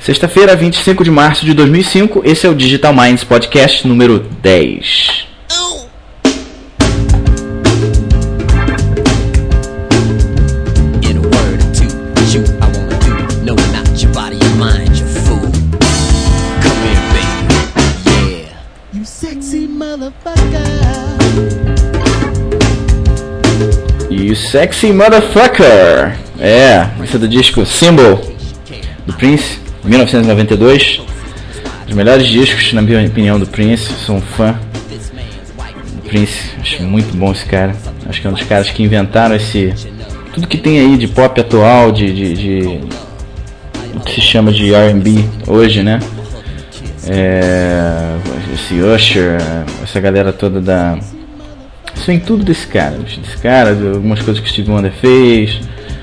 Sexta-feira, 25 de março de 2005, esse é o Digital Minds Podcast número 10. You Sexy Motherfucker. Esse é do disco Symbol, do Prince, 1992. Os melhores discos, na minha opinião, do Prince. Sou um fã do Prince, acho muito bom esse cara. Acho que é um dos caras que inventaram tudo que tem aí de pop atual, o que se chama de R&B hoje, né? Esse Usher, essa galera toda isso vem tudo desse cara, de algumas coisas que o Stevie Wonder fez.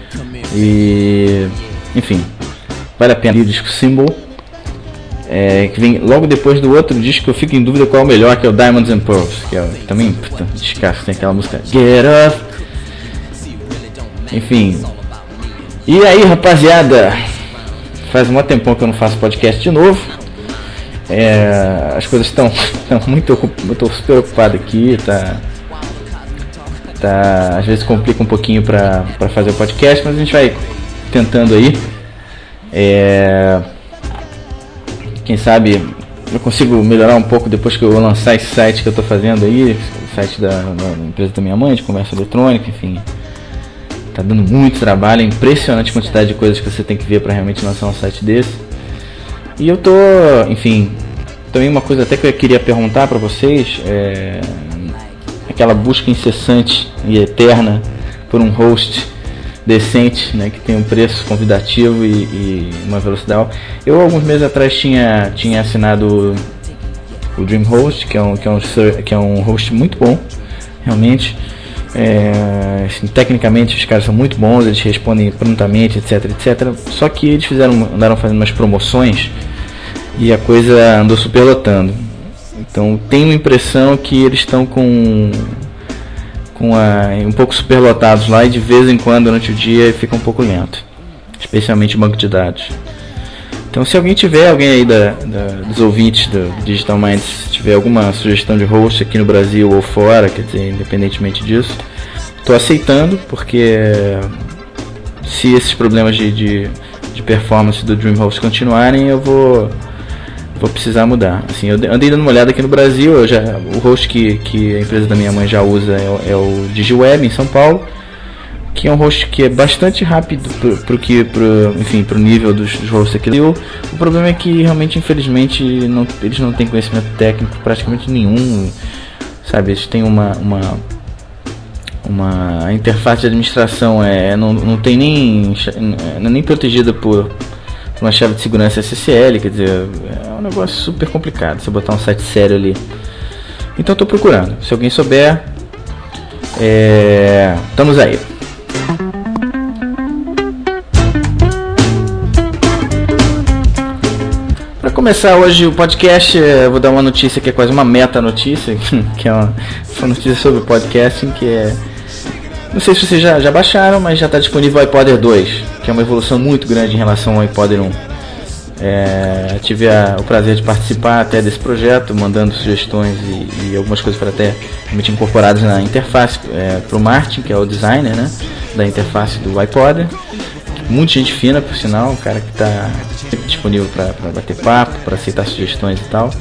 E enfim, vale a pena. O disco Symbol, que vem logo depois do outro disco que eu fico em dúvida qual é o melhor, que é o Diamonds and Pearls, que é também descasso, tem aquela música Get Up. Enfim. E aí, rapaziada, faz um tempão que eu não faço podcast de novo. As coisas estão muito eu tô super ocupado aqui, às vezes complica um pouquinho pra fazer o podcast, mas a gente vai tentando aí. Quem sabe eu consigo melhorar um pouco depois que eu lançar esse site que eu tô fazendo aí, o site da empresa da minha mãe, de comércio eletrônico, enfim. Tá dando muito trabalho, é impressionante a quantidade de coisas que você tem que ver pra realmente lançar um site desse. E eu tô, enfim, também uma coisa até que eu queria perguntar pra vocês, aquela busca incessante e eterna por um host decente, né, que tem um preço convidativo e uma velocidade. Eu alguns meses atrás tinha assinado o DreamHost, que é um host muito bom, realmente. Assim, tecnicamente os caras são muito bons, eles respondem prontamente, etc. Só que eles andaram fazendo umas promoções e a coisa andou superlotando. Então tenho a impressão que eles estão um pouco superlotados lá, e de vez em quando durante o dia fica um pouco lento, especialmente o banco de dados. Então se alguém aí dos ouvintes do Digital Minds, se tiver alguma sugestão de host aqui no Brasil ou fora, quer dizer, independentemente disso, estou aceitando, porque se esses problemas de performance do DreamHost continuarem, eu vou precisar mudar. Assim, eu andei dando uma olhada aqui no Brasil, o host que a empresa da minha mãe já usa é o DigiWeb em São Paulo, que é um host que é bastante rápido pro nível dos hosts aqui. E o problema é que realmente, infelizmente, eles não têm conhecimento técnico praticamente nenhum, sabe? Eles têm uma interface de administração, não tem nem protegida por uma chave de segurança SSL, quer dizer, é um negócio super complicado você botar um site sério ali. Então estou procurando, se alguém souber, estamos aí. Para começar hoje o podcast, eu vou dar uma notícia que é quase uma meta-notícia, que é uma notícia sobre podcasting, que é... Não sei se vocês já baixaram, mas já está disponível o iPodder 2, que é uma evolução muito grande em relação ao iPodder 1. Tive o prazer de participar até desse projeto, mandando sugestões e algumas coisas para até realmente incorporadas na interface para o Martin, que é o designer, né, da interface do iPodder. Muita gente fina, por sinal, um cara que está disponível para bater papo, para aceitar sugestões e tal.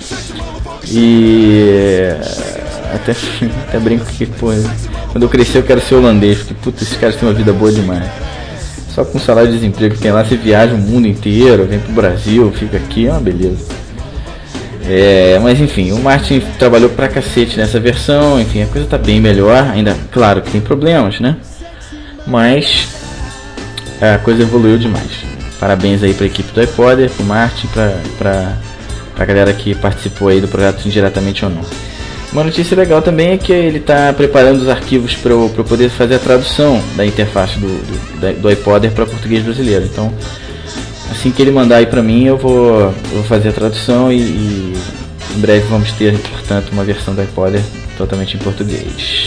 E até brinco que, quando eu crescer eu quero ser holandês, porque puta, esses caras têm uma vida boa demais. Só com o salário de desemprego que tem lá, você viaja o mundo inteiro, vem pro Brasil, fica aqui, é uma beleza. Mas enfim, o Martin trabalhou pra cacete nessa versão, enfim, a coisa tá bem melhor, ainda, claro que tem problemas, né? Mas a coisa evoluiu demais. Parabéns aí pra equipe do iPodder, pro Martin, pra galera que participou aí do projeto indiretamente ou não. Uma notícia legal também é que ele está preparando os arquivos para eu poder fazer a tradução da interface do iPodder para português brasileiro. Então, assim que ele mandar aí para mim, eu vou fazer a tradução e em breve vamos ter, portanto, uma versão do iPodder totalmente em português.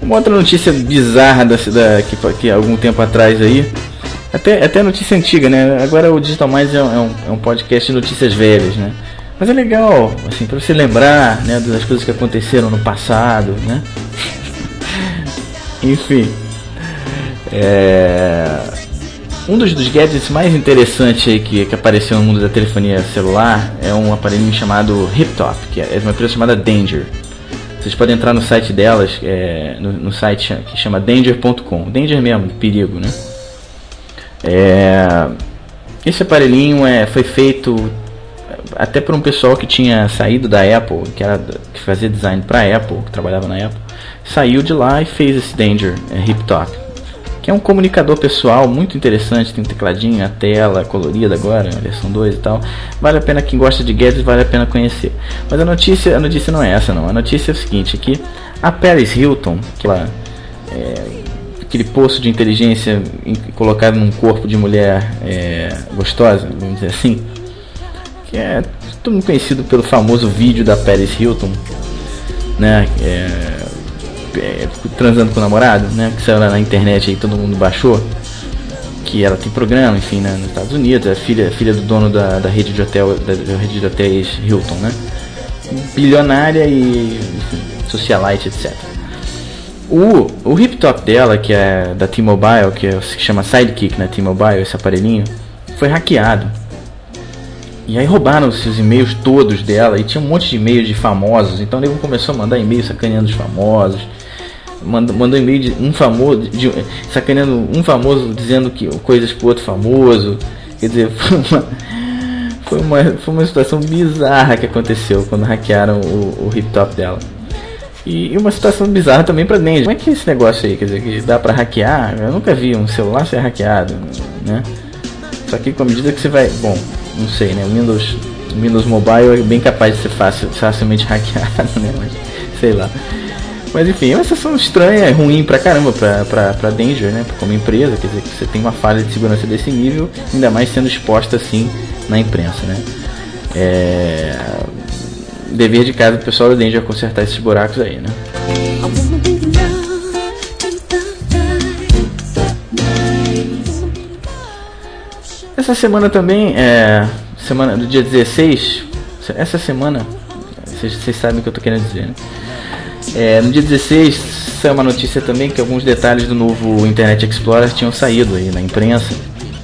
Uma outra notícia bizarra que algum tempo atrás aí, até notícia antiga, né? Agora o Digital Minds é um podcast de notícias velhas, né? Mas é legal, assim, pra você lembrar, né, das coisas que aconteceram no passado, né? Enfim, um dos gadgets mais interessantes aí que apareceu no mundo da telefonia celular é um aparelhinho chamado HipTop, que é uma empresa chamada Danger. Vocês podem entrar no site delas, no site que chama danger.com, Danger mesmo, perigo, né? Esse aparelhinho foi feito até por um pessoal que tinha saído da Apple, que fazia design para a Apple, que trabalhava na Apple, saiu de lá e fez esse Danger HipTop, que é um comunicador pessoal muito interessante, tem um tecladinho, a tela colorida agora, a versão 2 e tal. Vale a pena, quem gosta de gadgets, vale a pena conhecer. Mas a notícia não é essa não, a notícia é o seguinte, que a Paris Hilton, aquele poço de inteligência colocado num corpo de mulher gostosa, vamos dizer assim, que é todo mundo conhecido pelo famoso vídeo da Paris Hilton, né, transando com o namorado, né, que saiu lá na internet aí, todo mundo baixou, que ela tem programa, enfim, né, nos Estados Unidos, é filha do dono da rede de hotel, da rede de hotéis Hilton, né, bilionária e, enfim, socialite, etc. O HipTop dela, que é da T-Mobile, que chama Sidekick na T-Mobile, esse aparelhinho, foi hackeado. E aí roubaram os e-mails todos dela, e tinha um monte de e-mails de famosos, então ele começou a mandar e-mail sacaneando os famosos, mandou e-mail de um famoso, sacaneando um famoso, dizendo coisas pro outro famoso. Quer dizer, foi uma situação bizarra que aconteceu quando hackearam o HipTop dela. E uma situação bizarra também pra Danger. Como é que é esse negócio aí? Quer dizer, que dá pra hackear? Eu nunca vi um celular ser hackeado, né? Só que com a medida que você vai... Bom, não sei, né? O Windows Mobile é bem capaz de ser facilmente hackeado, né? Mas, sei lá. Mas enfim, é uma situação estranha, ruim pra caramba pra Danger, né? Como empresa, quer dizer, que você tem uma falha de segurança desse nível, ainda mais sendo exposta assim na imprensa, né? Dever de casa do pessoal da Danger consertar esses buracos aí, né? Essa semana também, semana do dia 16, essa semana, vocês sabem o que eu tô querendo dizer, né? No dia 16 saiu uma notícia também que alguns detalhes do novo Internet Explorer tinham saído aí na imprensa,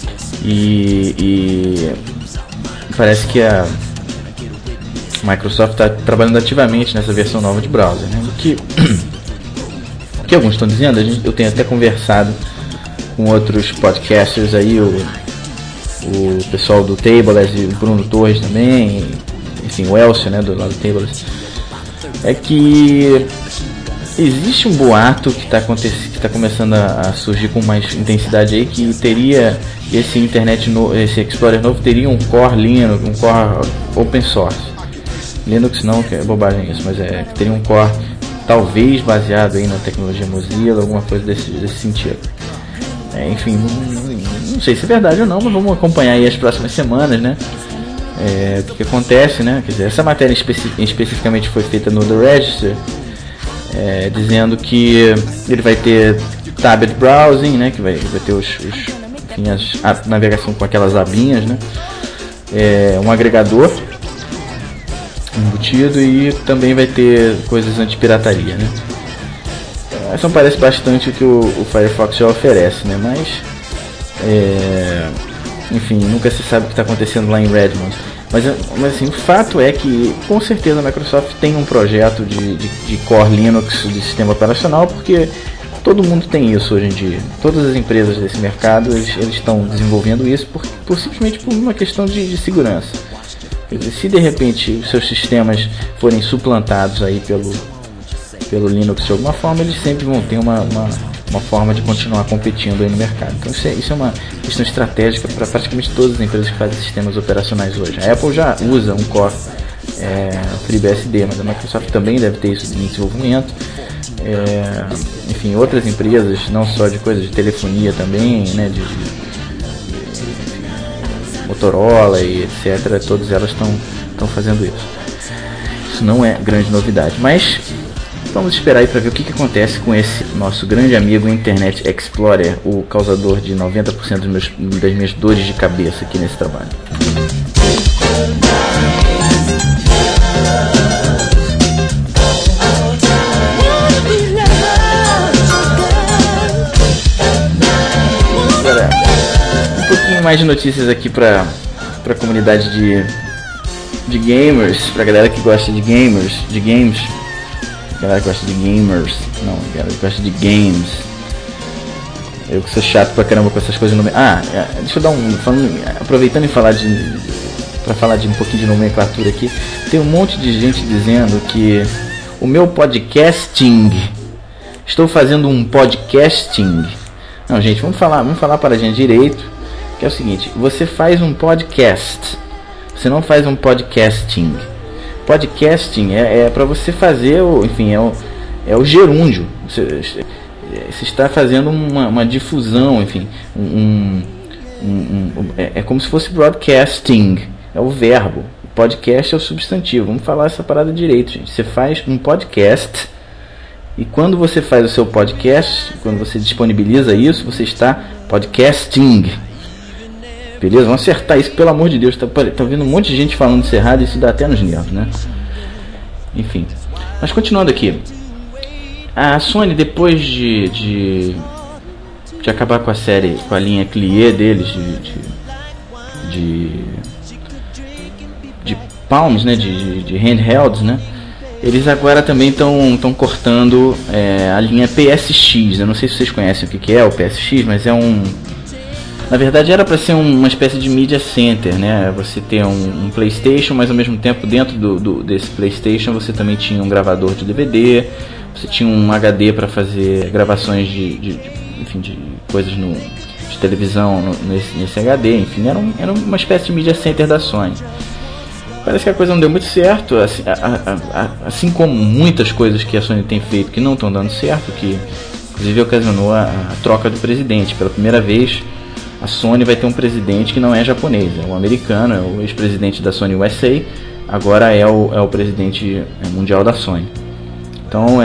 e parece que a Microsoft está trabalhando ativamente nessa versão nova de browser, né? O que alguns estão dizendo, eu tenho até conversado com outros podcasters aí, o pessoal do Tableless e o Bruno Torres também, enfim, o Elcio, né, do lado do Tableless, é que existe um boato que está começando a surgir com mais intensidade aí, que teria esse Explorer novo teria um core Linux, um core open source. Linux não, que é bobagem isso, mas que teria um core talvez baseado aí na tecnologia Mozilla, alguma coisa desse sentido. Enfim, não sei se é verdade ou não, mas vamos acompanhar aí as próximas semanas, né? O que acontece, né? Quer dizer, essa matéria especificamente foi feita no The Register, dizendo que ele vai ter tablet browsing, né? Que vai ter a navegação com aquelas abinhas, né? Um agregador embutido e também vai ter coisas anti-pirataria, né? Essa parece bastante o que o Firefox já oferece, né? Mas enfim, nunca se sabe o que está acontecendo lá em Redmond. Mas assim, o fato é que com certeza a Microsoft tem um projeto de Core Linux de sistema operacional, porque todo mundo tem isso hoje em dia. Todas as empresas desse mercado eles estão desenvolvendo isso simplesmente por uma questão de segurança. Quer dizer, se de repente os seus sistemas forem suplantados aí pelo Linux de alguma forma, eles sempre vão ter uma forma de continuar competindo aí no mercado. Então isso é uma questão estratégica para praticamente todas as empresas que fazem sistemas operacionais hoje. A Apple já usa um Core FreeBSD, mas a Microsoft também deve ter isso em desenvolvimento. Enfim, outras empresas, não só de coisas de telefonia também, né, de Motorola e etc., todas elas estão fazendo isso. Isso não é grande novidade, mas Vamos esperar aí para ver o que acontece com esse nosso grande amigo Internet Explorer, o causador de 90% das minhas dores de cabeça aqui nesse trabalho. Galera, um pouquinho mais de notícias aqui para a comunidade de gamers, pra galera que gosta de games, galera que gosta de gamers, não, galera que gosta de games. Eu que sou chato pra caramba com essas coisas no deixa eu dar aproveitando e falar de um pouquinho de nomenclatura aqui. Tem um monte de gente dizendo que o meu podcasting, estou fazendo um podcasting. Não, gente, vamos falar para a gente direito, que é o seguinte: você faz um podcast, você não faz um podcasting. Podcasting é para você fazer, é o gerúndio. Você está fazendo uma difusão, enfim, é como se fosse broadcasting, é o verbo. O podcast é o substantivo. Vamos falar essa parada direito, gente. Você faz um podcast, e quando você faz o seu podcast, quando você disponibiliza isso, você está podcasting. Beleza? Vamos acertar isso, pelo amor de Deus. Tá vendo um monte de gente falando isso errado, e isso dá até nos nervos, né? Enfim. Mas continuando aqui. A Sony, depois de acabar com a série, com a linha Clié deles, de palms, né? De handhelds, né? Eles agora também estão cortando a linha PSX. Eu não sei se vocês conhecem o que é o PSX, mas na verdade era para ser uma espécie de media center, né? Você ter um PlayStation, mas ao mesmo tempo dentro desse PlayStation você também tinha um gravador de DVD, você tinha um HD para fazer gravações de coisas de televisão nesse HD, enfim, era uma espécie de media center da Sony. Parece que a coisa não deu muito certo, assim como muitas coisas que a Sony tem feito que não estão dando certo, que inclusive ocasionou a troca do presidente. Pela primeira vez a Sony vai ter um presidente que não é japonês, é um americano, é o ex-presidente da Sony USA, agora é o presidente mundial da Sony. Então,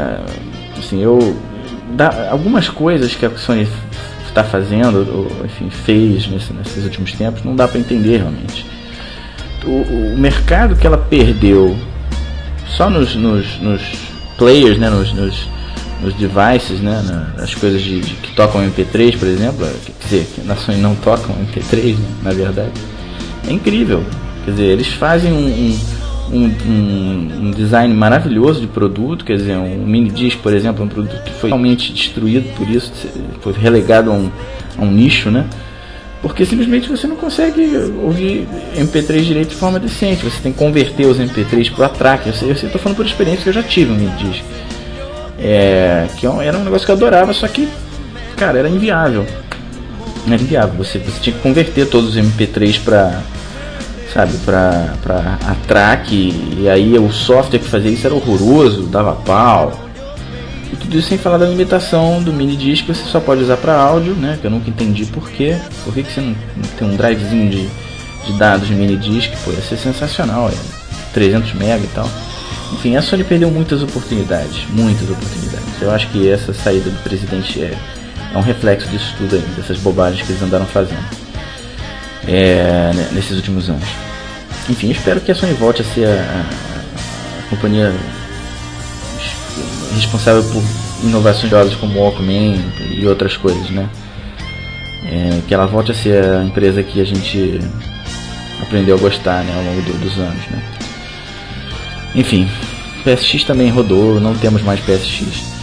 algumas coisas que a Sony está fazendo, ou, enfim, fez nesses últimos tempos, não dá para entender realmente. O mercado que ela perdeu só nos players, né, nos devices, né, nas coisas que tocam MP3, por exemplo, quer dizer, que na Sony não tocam MP3, né, na verdade, é incrível. Quer dizer, eles fazem um design maravilhoso de produto, quer dizer, um mini disc, por exemplo, um produto que foi realmente destruído por isso, foi relegado a um nicho, né, porque simplesmente você não consegue ouvir MP3 direito de forma decente, você tem que converter os MP3 para a track. Eu estou falando por experiência que eu já tive um mini disc. Era um negócio que eu adorava, só que, cara, era inviável. Não era inviável. Você tinha que converter todos os MP3 para a track, e aí o software que fazia isso era horroroso, dava pau. E tudo isso sem falar da limitação do mini disc, que você só pode usar para áudio, né? Que eu nunca entendi por quê. Por que você não tem um drivezinho de dados de mini disc? Pô, ia ser sensacional, 300 MB e tal. Enfim, a Sony perdeu muitas oportunidades. Eu acho que essa saída do presidente é um reflexo disso tudo aí, dessas bobagens que eles andaram fazendo nesses últimos anos. Enfim, espero que a Sony volte a ser a companhia responsável por inovações como Walkman e outras coisas, né? Que ela volte a ser a empresa que a gente aprendeu a gostar, né, ao longo dos anos, né? Enfim, PSX também rodou, não temos mais PSX.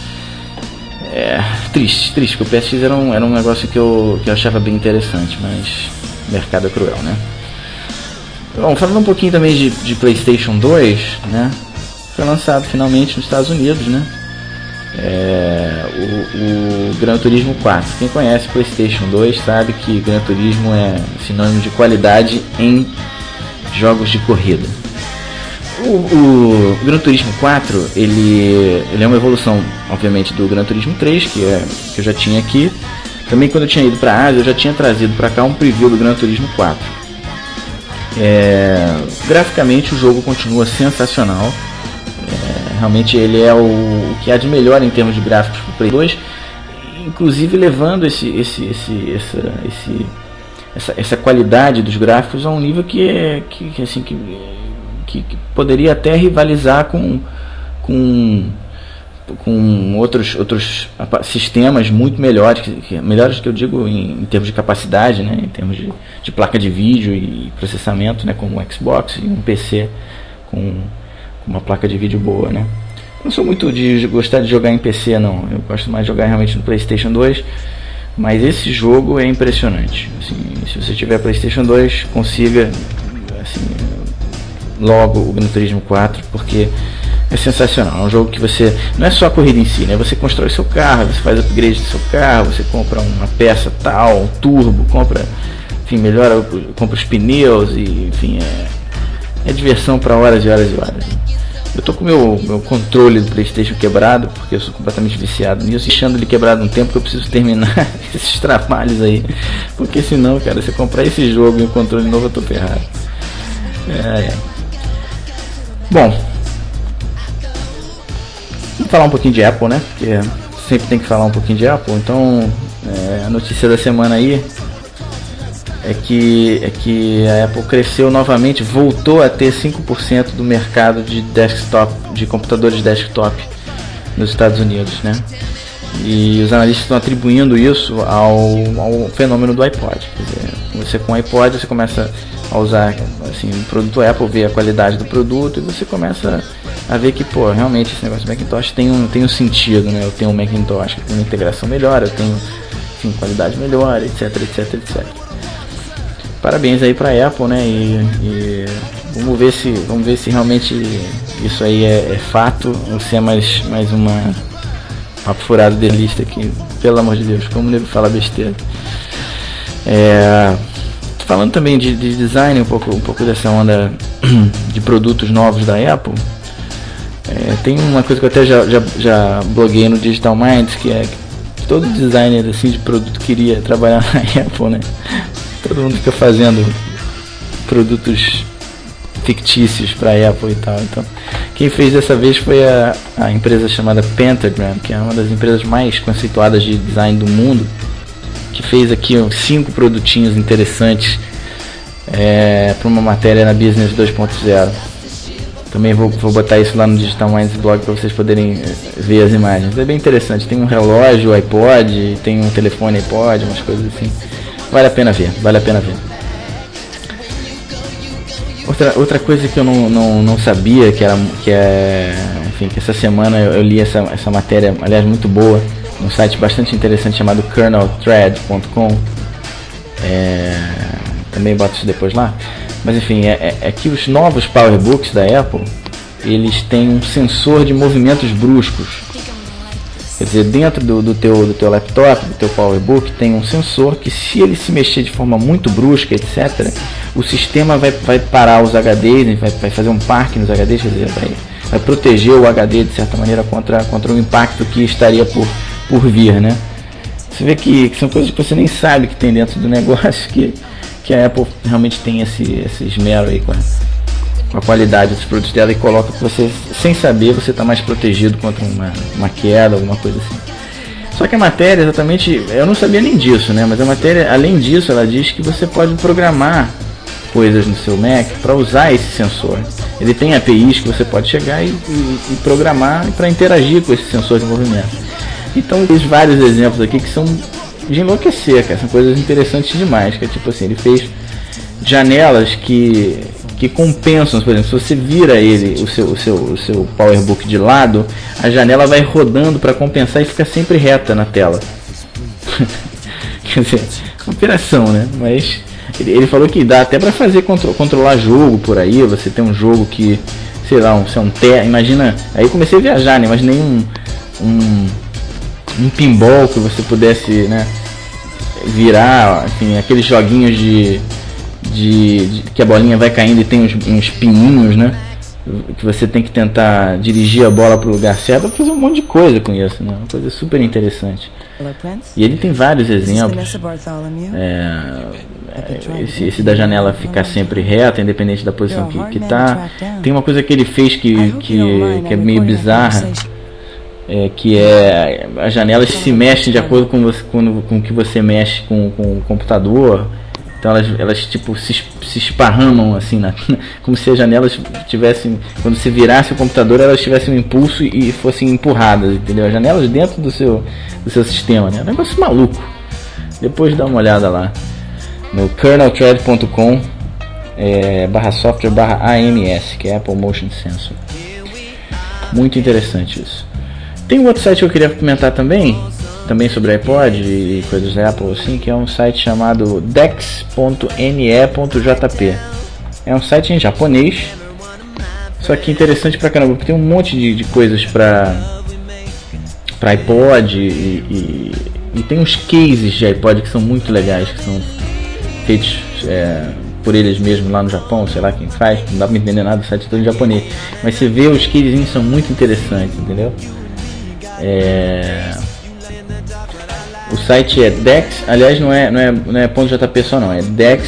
Triste, porque o PSX era um negócio que eu achava bem interessante, mas o mercado é cruel, né? Bom, falando um pouquinho também de PlayStation 2, né? Foi lançado finalmente nos Estados Unidos, né? O Gran Turismo 4. Quem conhece PlayStation 2 sabe que Gran Turismo é sinônimo de qualidade em jogos de corrida. O Gran Turismo 4 ele é uma evolução, obviamente, do Gran Turismo 3, que eu já tinha aqui. Também, quando eu tinha ido para a Ásia, eu já tinha trazido para cá um preview do Gran Turismo 4. Graficamente o jogo continua sensacional. Realmente ele é o que há de melhor em termos de gráficos para o Play 2, inclusive levando essa qualidade dos gráficos a um nível que poderia até rivalizar com outros sistemas muito melhores, melhores que eu digo em termos de capacidade, né, em termos de placa de vídeo e processamento, né, como o Xbox e um PC com uma placa de vídeo boa, né. Não sou muito de gostar de jogar em PC, não. Eu gosto mais de jogar realmente no PlayStation 2. Mas esse jogo é impressionante. Assim, se você tiver PlayStation 2, consiga assim, logo o Gran Turismo 4, porque é sensacional. É um jogo que você não é só a corrida em si, né? Você constrói seu carro, você faz upgrade do seu carro, você compra uma peça tal, um turbo, compra, enfim, melhora, compra os pneus e, enfim, é diversão para horas e horas e horas. Eu tô com meu controle do PlayStation quebrado, porque eu sou completamente viciado nisso, deixando ele quebrado um tempo que eu preciso terminar esses trabalhos aí, porque senão, cara, se eu comprar esse jogo e um controle novo, eu tô ferrado. Bom, vamos falar um pouquinho de Apple, né? Porque sempre tem que falar um pouquinho de Apple. Então, a notícia da semana aí é que a Apple cresceu novamente, voltou a ter 5% do mercado de desktop, de computadores desktop nos Estados Unidos, né? E os analistas estão atribuindo isso ao fenômeno do iPod. Quer dizer, você com o iPod você começa a usar assim, o produto Apple, ver a qualidade do produto e você começa a ver que, pô, realmente esse negócio do Macintosh tem um sentido, né? Eu tenho um Macintosh que tem uma integração melhor, eu tenho, enfim, qualidade melhor, etc, etc, etc. Parabéns aí para a Apple, né? E vamos ver se realmente isso aí é fato ou se é mais uma papo furado de lista aqui. Pelo amor de Deus, como devo falar besteira. Falando também de design, um pouco dessa onda de produtos novos da Apple. Tem uma coisa que eu até já bloguei no Digital Minds, que é que todo designer assim, de produto queria trabalhar na Apple, né? Todo mundo fica fazendo produtos fictícios para a Apple e tal. Então, quem fez dessa vez foi a empresa chamada Pentagram, que é uma das empresas mais conceituadas de design do mundo, que fez aqui 5 produtinhos interessantes para uma matéria na Business 2.0. Também vou botar isso lá no Digital Minds blog para vocês poderem ver as imagens. É bem interessante. Tem um relógio iPod, tem um telefone iPod, umas coisas assim. Vale a pena ver, vale a pena ver. Outra coisa que eu não sabia, que essa semana eu li essa matéria, aliás, muito boa, num site bastante interessante chamado kernelthread.com. Também boto isso depois lá. Mas enfim, é que os novos PowerBooks da Apple, eles têm um sensor de movimentos bruscos. Quer dizer, dentro do teu laptop, do teu PowerBook, tem um sensor que, se ele se mexer de forma muito brusca, etc., o sistema vai parar os HDs, vai fazer um parque nos HDs, quer dizer, vai proteger o HD de certa maneira contra o impacto que estaria por vir, né? Você vê que são coisas que você nem sabe que tem dentro do negócio, que a Apple realmente tem esse esmero aí com a qualidade dos produtos dela, e coloca que você, sem saber, você está mais protegido contra uma queda, alguma coisa assim. Só que a matéria, exatamente, eu não sabia nem disso, né? Mas a matéria, além disso, ela diz que você pode programar coisas no seu Mac para usar esse sensor. Ele tem APIs que você pode chegar e programar para interagir com esse sensor de movimento. Então, tem vários exemplos aqui que são de enlouquecer, cara. São coisas interessantes demais, que é tipo assim, ele fez janelas que compensam, por exemplo, se você vira o seu PowerBook de lado, a janela vai rodando para compensar e fica sempre reta na tela. Quer dizer, operação, né? Mas ele falou que dá até para fazer controlar jogo por aí. Você tem um jogo que, sei lá, imagina, aí eu comecei a viajar, né? Imaginei um pinball que você pudesse, né, virar, enfim, aqueles joguinhos de que a bolinha vai caindo e tem uns pininhos, né? que você tem que tentar dirigir a bola para o lugar certo, dá pra fazer um monte de coisa com isso, né? Uma coisa super interessante. E ele tem vários exemplos. Esse da janela ficar sempre reta, independente da posição que tá. Tem uma coisa que ele fez que é meio bizarra, que é a janela se mexe de acordo com o que você mexe com o computador. Então elas tipo se esparramam assim, como se as janelas tivessem, quando você virasse o computador, elas tivessem um impulso e fossem empurradas, entendeu? As janelas dentro do seu sistema, né? É um negócio maluco. Depois dá uma olhada lá no kernelthread.com /software/AMS, que é Apple Motion Sensor. Muito interessante isso. Tem um outro site que eu queria comentar também sobre iPod e coisas da Apple, assim, que é um site chamado dex.ne.jp. É um site em japonês, só que interessante pra caramba, porque tem um monte de coisas pra iPod e tem uns cases de iPod que são muito legais, que são feitos por eles mesmos lá no Japão, sei lá quem faz, não dá pra entender nada, o site é todo em japonês, mas você vê os cases são muito interessantes, entendeu? O site é Dex, aliás não é .jp só não, é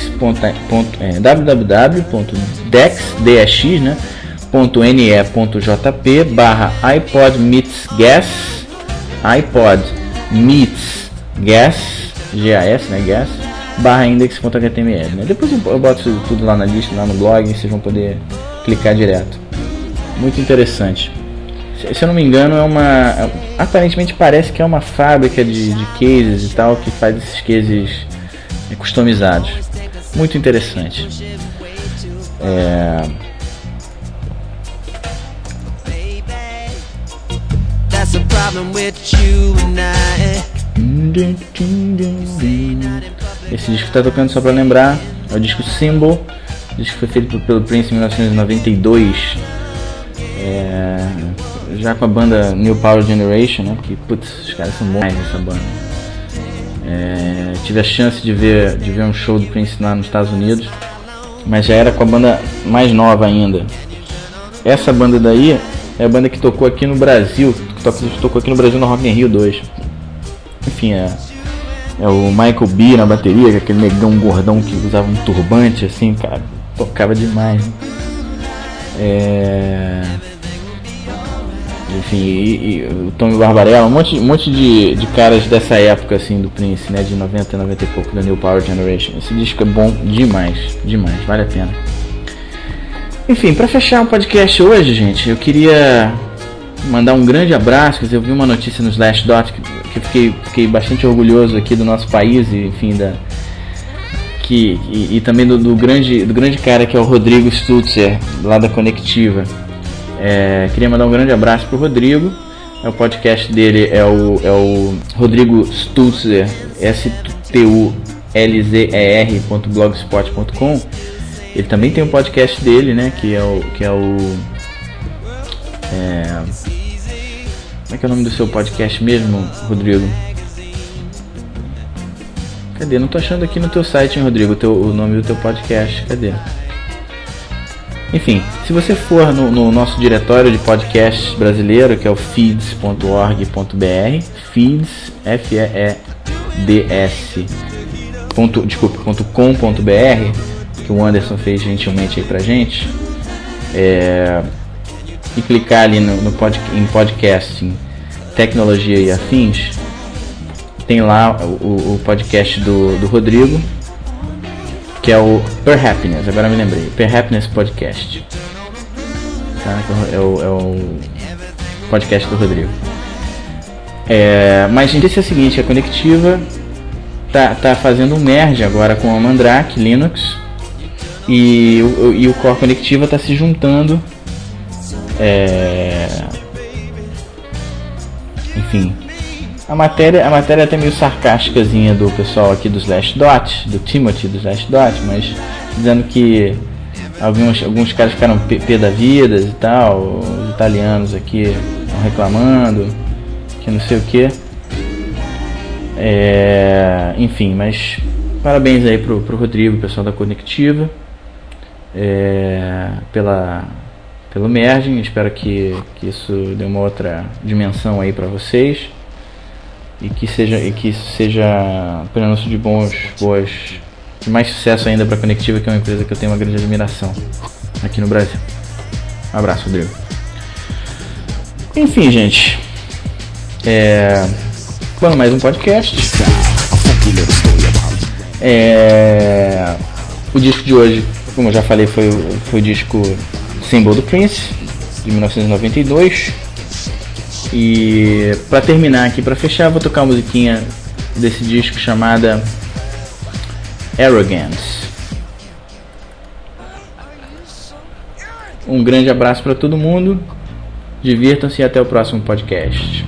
www.dex.ne.jp/iPod meets gas, iPod meets gas, GAS, né, gas, /index.html, né? Depois eu boto isso tudo lá na lista, lá no blog, e vocês vão poder clicar direto. Muito interessante. Se eu não me engano, aparentemente parece que é uma fábrica de cases e tal, que faz esses cases customizados. Muito interessante. Esse disco que tá tocando, só pra lembrar, é o disco Symbol. O disco foi feito pelo Prince em 1992. Já com a banda New Power Generation, né? Que, putz, os caras são bons nessa banda. Tive a chance de ver um show do Prince lá nos Estados Unidos, mas já era com a banda mais nova ainda. Essa banda daí é a banda que tocou aqui no Brasil, tocou aqui no Brasil no Rock in Rio 2. Enfim, é o Michael B na bateria, aquele negão gordão que usava um turbante, assim, cara, tocava demais, né? Enfim, e o Tommy Barbarella, um monte de caras dessa época, assim, do Prince, né, de 90 e pouco, da New Power Generation. Esse disco é bom demais, vale a pena. Enfim, pra fechar o podcast hoje, gente, eu queria mandar um grande abraço. Eu vi uma notícia no Slashdot que fiquei bastante orgulhoso aqui do nosso país, e enfim, e também do grande cara que é o Rodrigo Stutzer, lá da Conectiva. Queria mandar um grande abraço pro Rodrigo. O podcast dele é o Rodrigo Stutzer, stulzer.blogspot.com. Ele também tem um podcast dele, né, que é o como é que é o nome do seu podcast mesmo, Rodrigo? Cadê? Não tô achando aqui no teu site, hein, Rodrigo, o nome do teu podcast. Cadê? Enfim, se você for no nosso diretório de podcasts brasileiro, que é o feeds.org.br, feeds, .com.br, que o Anderson fez gentilmente aí pra gente, e clicar ali em podcasting, tecnologia e afins, tem lá o podcast do Rodrigo, que é o Per Happiness, agora me lembrei, Per Happiness Podcast, tá? É o podcast do Rodrigo. Mas a notícia é a seguinte: a Conectiva tá fazendo um merge agora com a Mandrake Linux, e o Core Conectiva tá se juntando. Enfim, a matéria é até meio sarcásticazinha do pessoal aqui do Slashdot, do Timothy do Slashdot, mas dizendo que alguns caras ficaram pé da vida e tal, os italianos aqui estão reclamando, que não sei o que. Enfim, mas parabéns aí pro Rodrigo, pessoal da Conectiva, pelo Merging. Espero que isso dê uma outra dimensão aí para vocês e que isso seja prenúncio de de mais sucesso ainda para a Conectiva, que é uma empresa que eu tenho uma grande admiração aqui no Brasil. Um abraço, Rodrigo. Enfim, gente, vamos mais um podcast. O disco de hoje, como eu já falei, foi o disco Symbol do Prince, de 1992. E para terminar aqui, para fechar, vou tocar uma musiquinha desse disco chamada Arrogance. Um grande abraço para todo mundo, divirtam-se e até o próximo podcast.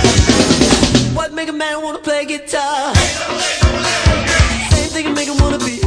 Guitar. Same thing can make him wanna be